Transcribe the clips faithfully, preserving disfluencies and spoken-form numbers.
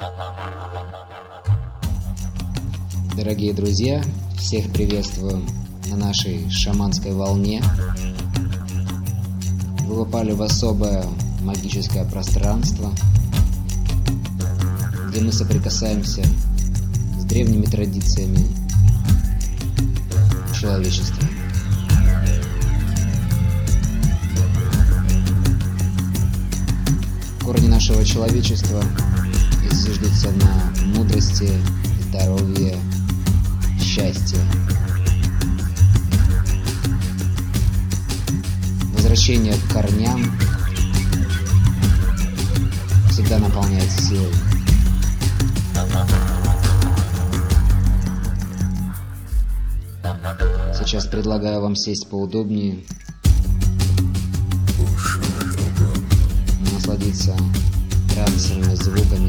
Дорогие друзья, всех приветствую на нашей шаманской волне. Вы попали в особое магическое пространство, где мы соприкасаемся с древними традициями человечества. Корни нашего человечества зиждутся на мудрости, здоровье, счастье. Возвращение к корням всегда наполняет силой. Сейчас предлагаю вам сесть поудобнее, насладиться трансовыми звуками.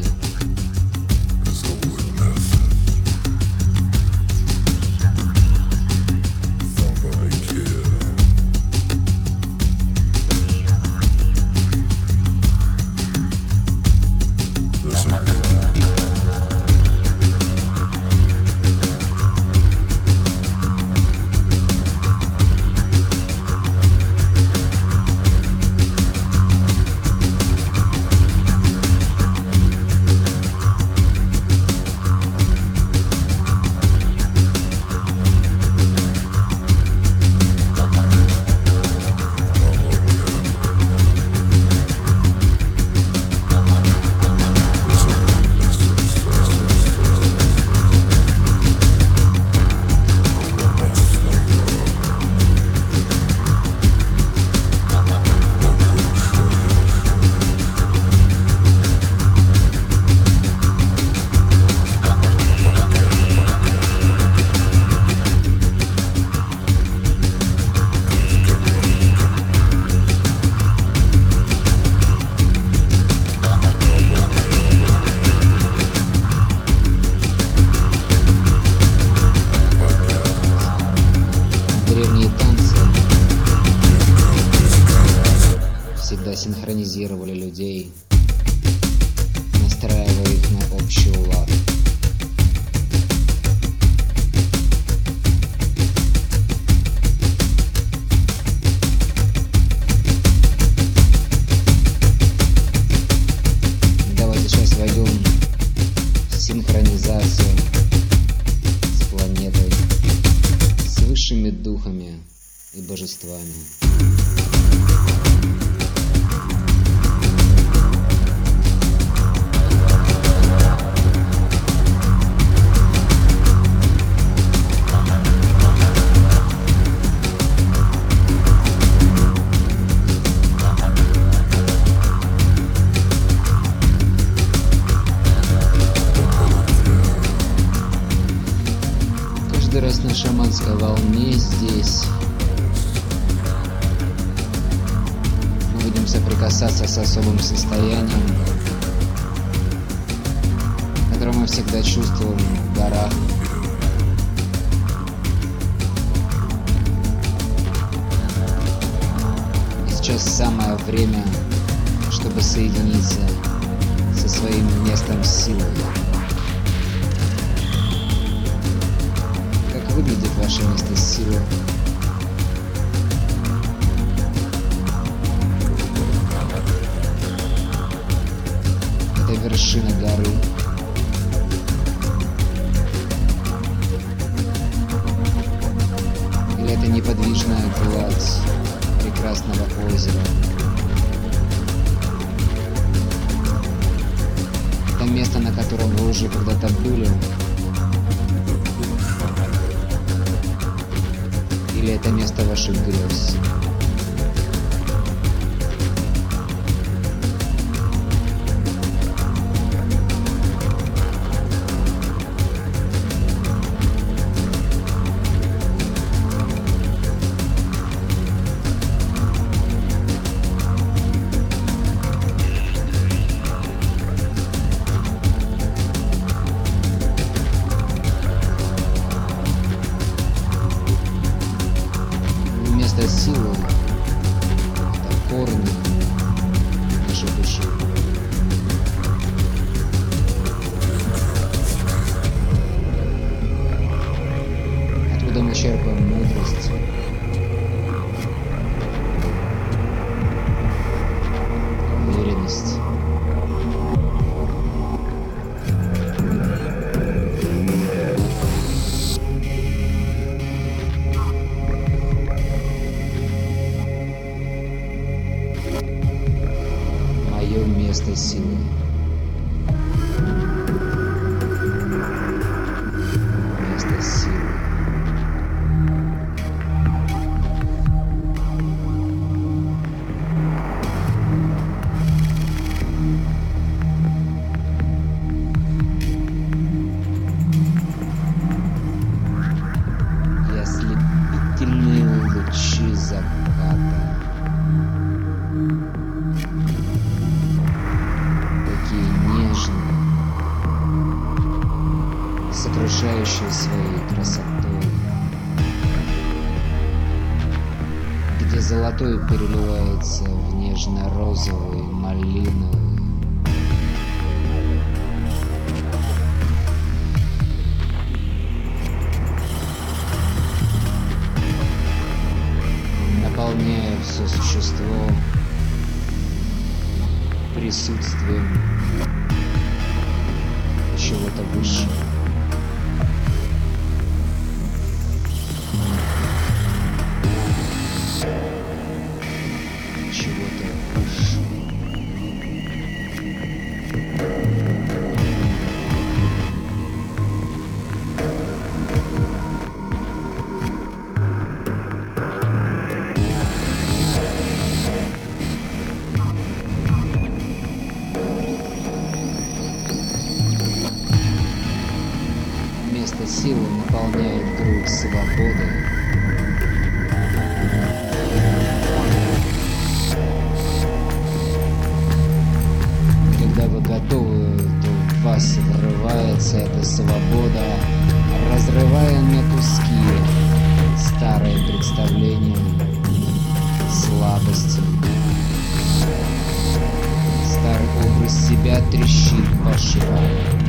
Древние танцы всегда синхронизировали людей, настраивая их на общий лад. Давайте сейчас войдем в синхронизацию с планетой, с высшими духами и божествами. Каждый раз на шаманской волне здесь мы будем соприкасаться с особым состоянием, которое мы всегда чувствуем в горах. И сейчас самое время, чтобы соединиться со своим местом силы. Выглядит ваше место силы. Это вершина горы. Или это неподвижная гладь прекрасного озера. Это место, на котором вы уже когда-то были. Или это место ваших грез? Место силы — это корни нашей души. Оттуда мы черпаем мудрость. Уверенность. Мое место силы. Место силы. И ослепительные лучи заката. Такие нежные, сокрушающие своей красотой, где золотой переливается в нежно-розовый, малиновый. Наполняя все существо присутствием чего-то высшего. Чего-то высшего. Место силы наполняет грудь свободой. Когда вы готовы, то в вас врывается эта свобода, разрывая на куски старые представления, слабости. Старый образ себя трещит по швам.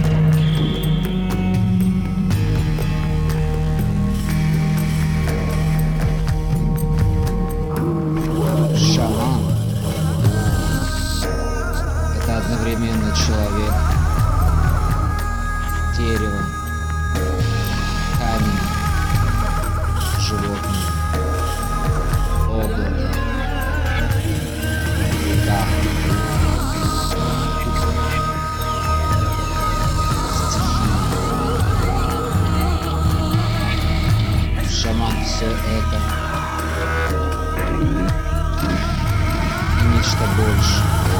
Шаман — это одновременно человек, дерево, камень, животное, облако, река, стихия. Шаман — все это и нечто больше.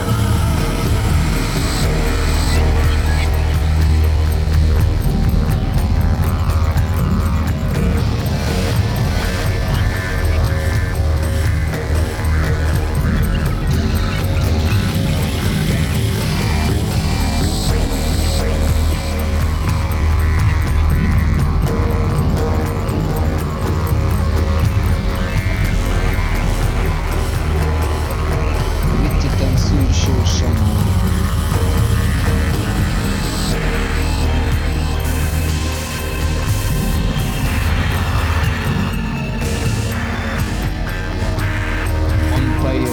Видите танцующего шамана. Он поет.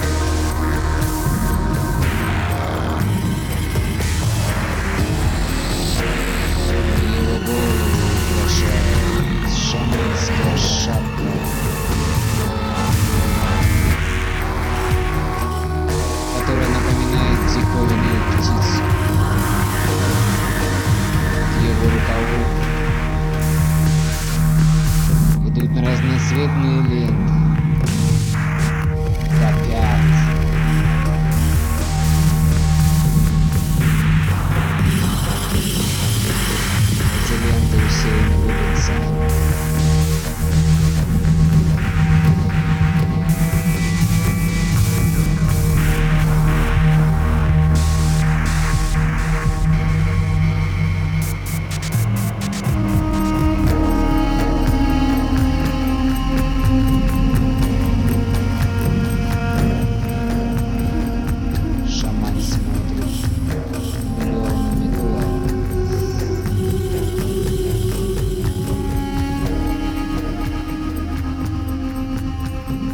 Его голову украшает шаманская шапка, которая напоминает диковинную птицу. К его рукаву идут разноцветные ленты, копят. Эти ленты усеяны бубенцами.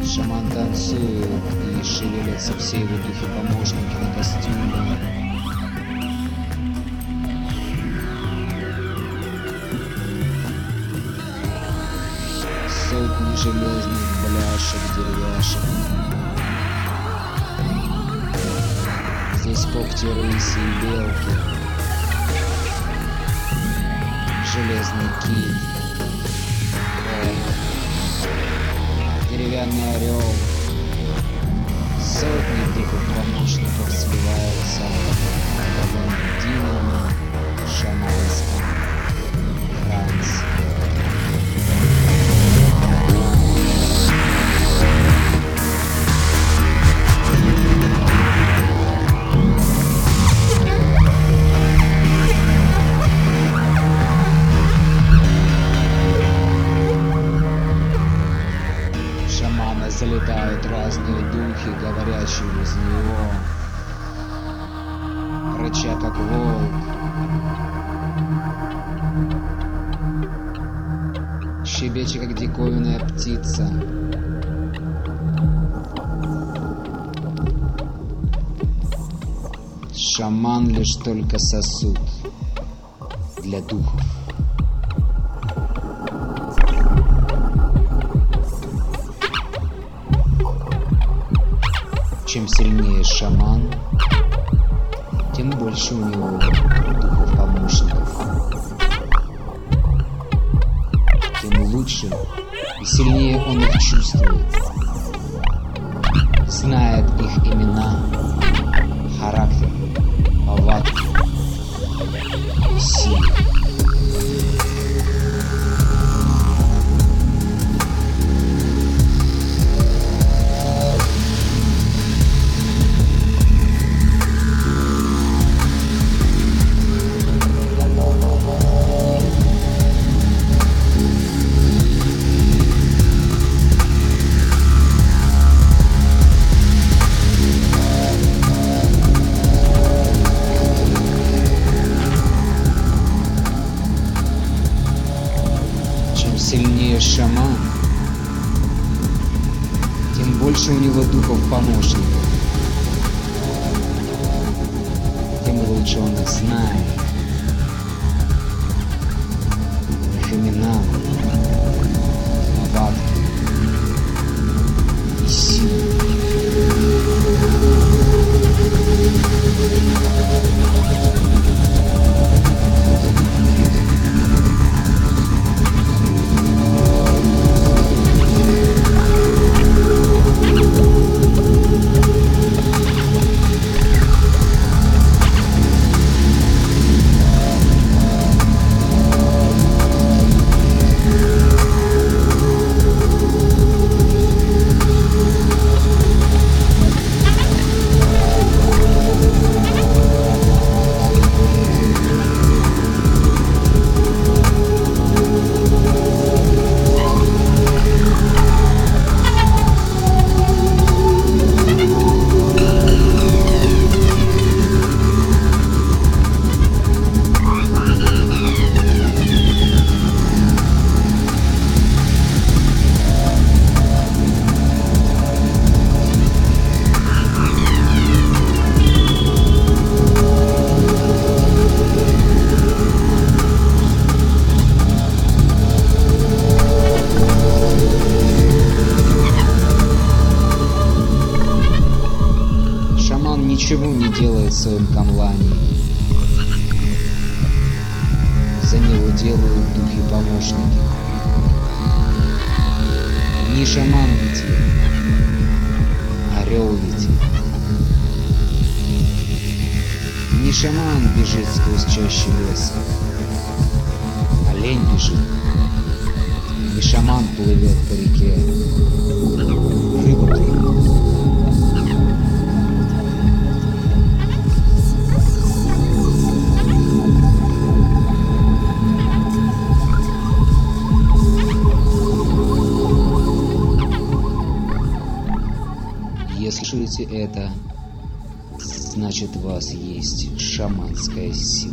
Шаман танцует, и шевелятся все его духи-помощники на костюме. Сотни железных бляшек, деревяшек. Здесь когти рыси и белки. Железный кий. Деревянный орел. Сотни духов-помощников сливаются в блондином шаманском трансе. Залетают разные духи, говорящие из него, рыча как волк, щебеча как диковинная птица. Шаман лишь только сосуд для духов. Чем сильнее шаман, тем больше у него духов-помощников. Тем лучше и сильнее он их чувствует, знает их имена, характер, повадки, силы. Сильнее шаман, тем больше у него духов-помощников, тем лучше он их знает, их имена, повадки и силы. Ничего не делает в своем камлане. За него делают духи-помощники. Не шаман ведь, орел ведь. Не шаман бежит сквозь чащу леса, олень бежит. Не шаман плывет по реке, рыба плывет. Если слышите это, значит, у вас есть шаманская сила.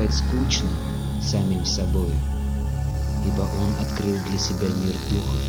станет скучно самим собой, ибо он открыл для себя мир духов.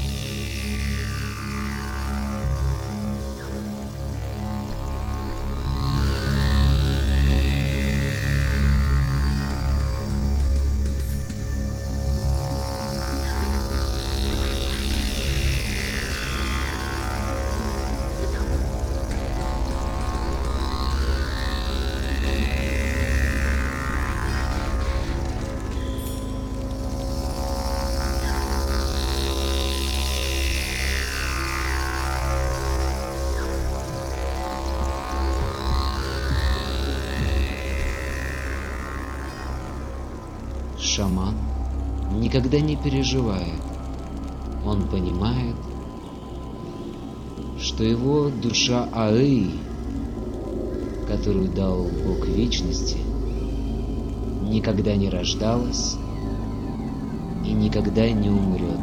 Шаман никогда не переживает. Он понимает, что его душа Аи, которую дал Бог Вечности, никогда не рождалась и никогда не умрет.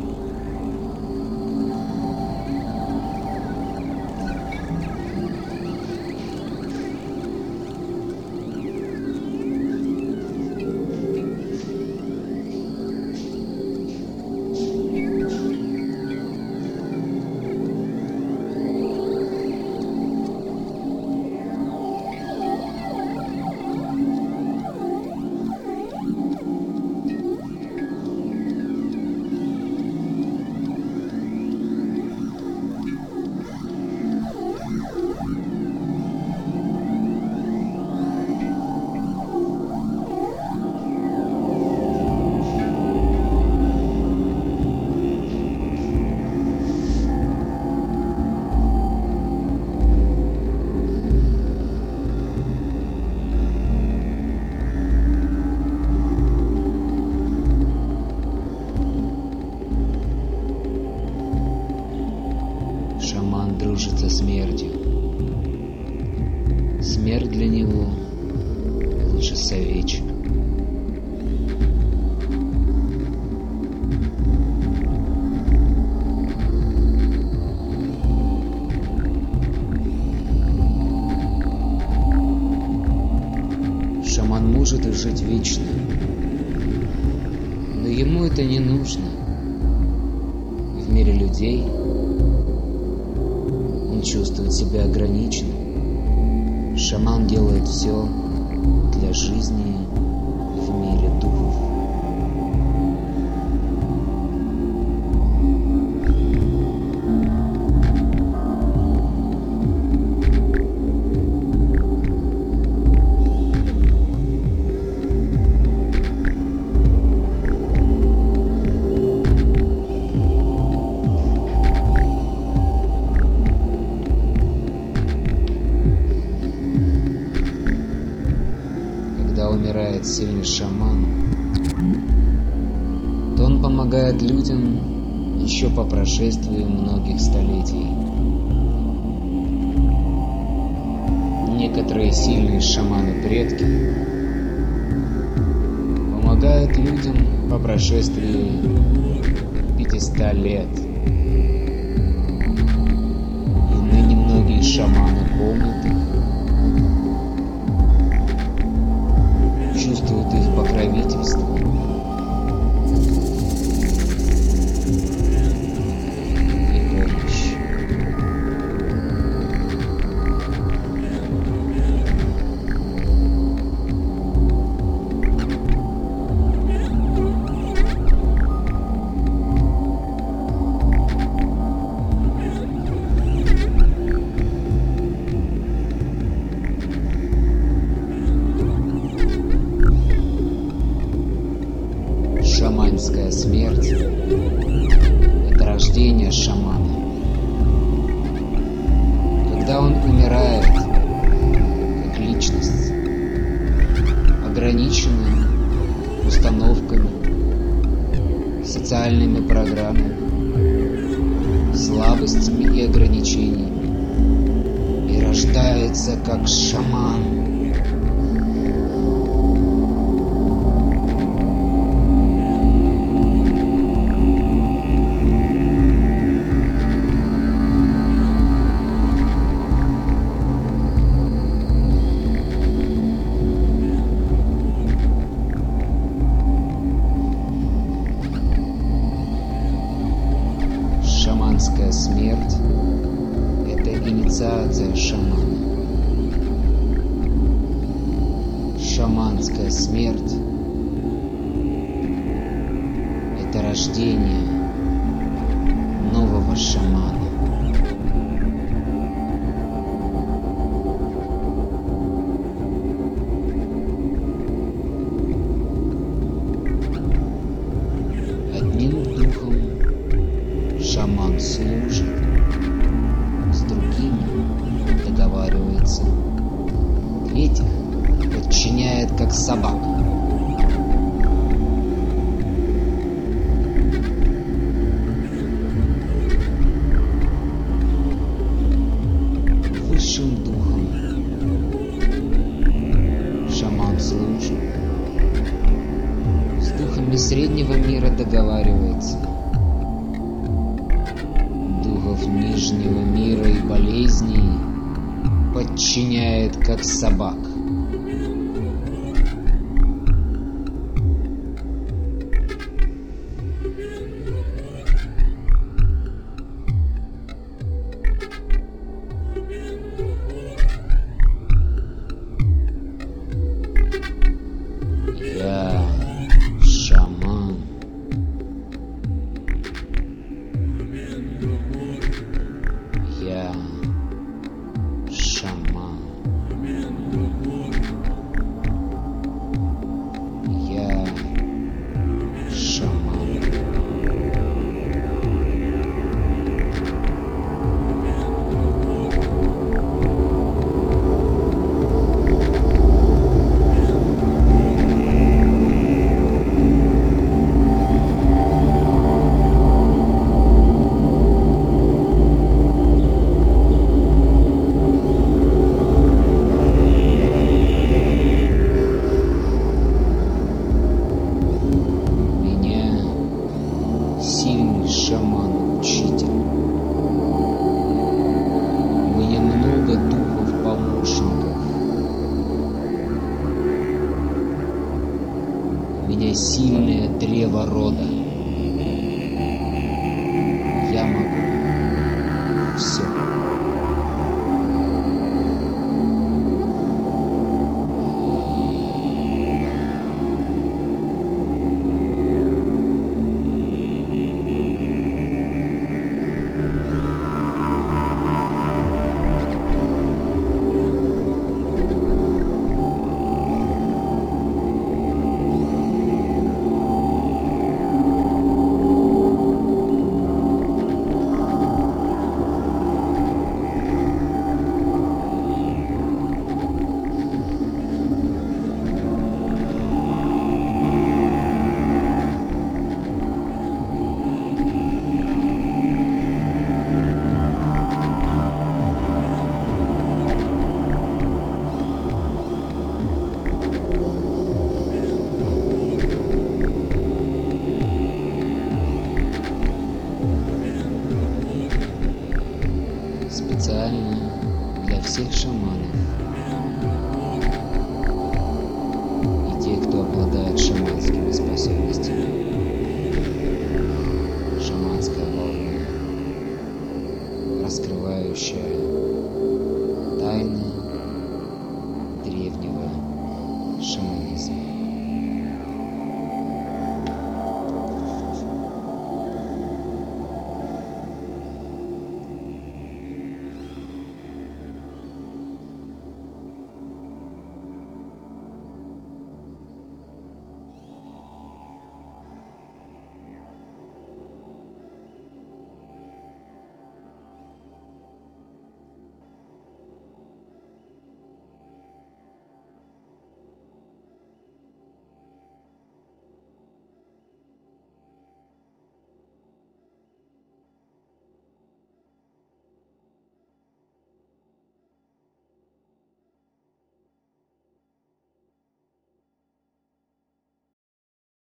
Шаман дружит со смертью. Смерть для него лучше советчик. Шаман может жить вечно, но ему это не нужно. В мире людей он чувствует себя ограниченным. Шаман делает все для жизни в мире духов. Когда умирает сильный шаман, то он помогает людям еще по прошествии многих столетий. Некоторые сильные шаманы-предки помогают людям по прошествии пятисот лет. И ныне многие шаманы помнят их, чувствуют их покровительство и помощь. Шаманская смерть – это рождение шамана. Когда он умирает как личность, ограниченная установками, социальными программами, слабостями и ограничениями, и рождается как шаман. смерть — это инициация шамана. Шаманская смерть — это рождение нового шамана. Одним духом шаман служит, с другими договаривается, третьих подчиняет как собак. Высшим духом шаман служит, с духами среднего мира договаривается, духов нижнего мира и болезней подчиняет как собак. Я шаман. Я шаман. Я шаман. Сильный шаман-учитель. У меня много духов-помощников. У меня сильное древо рода.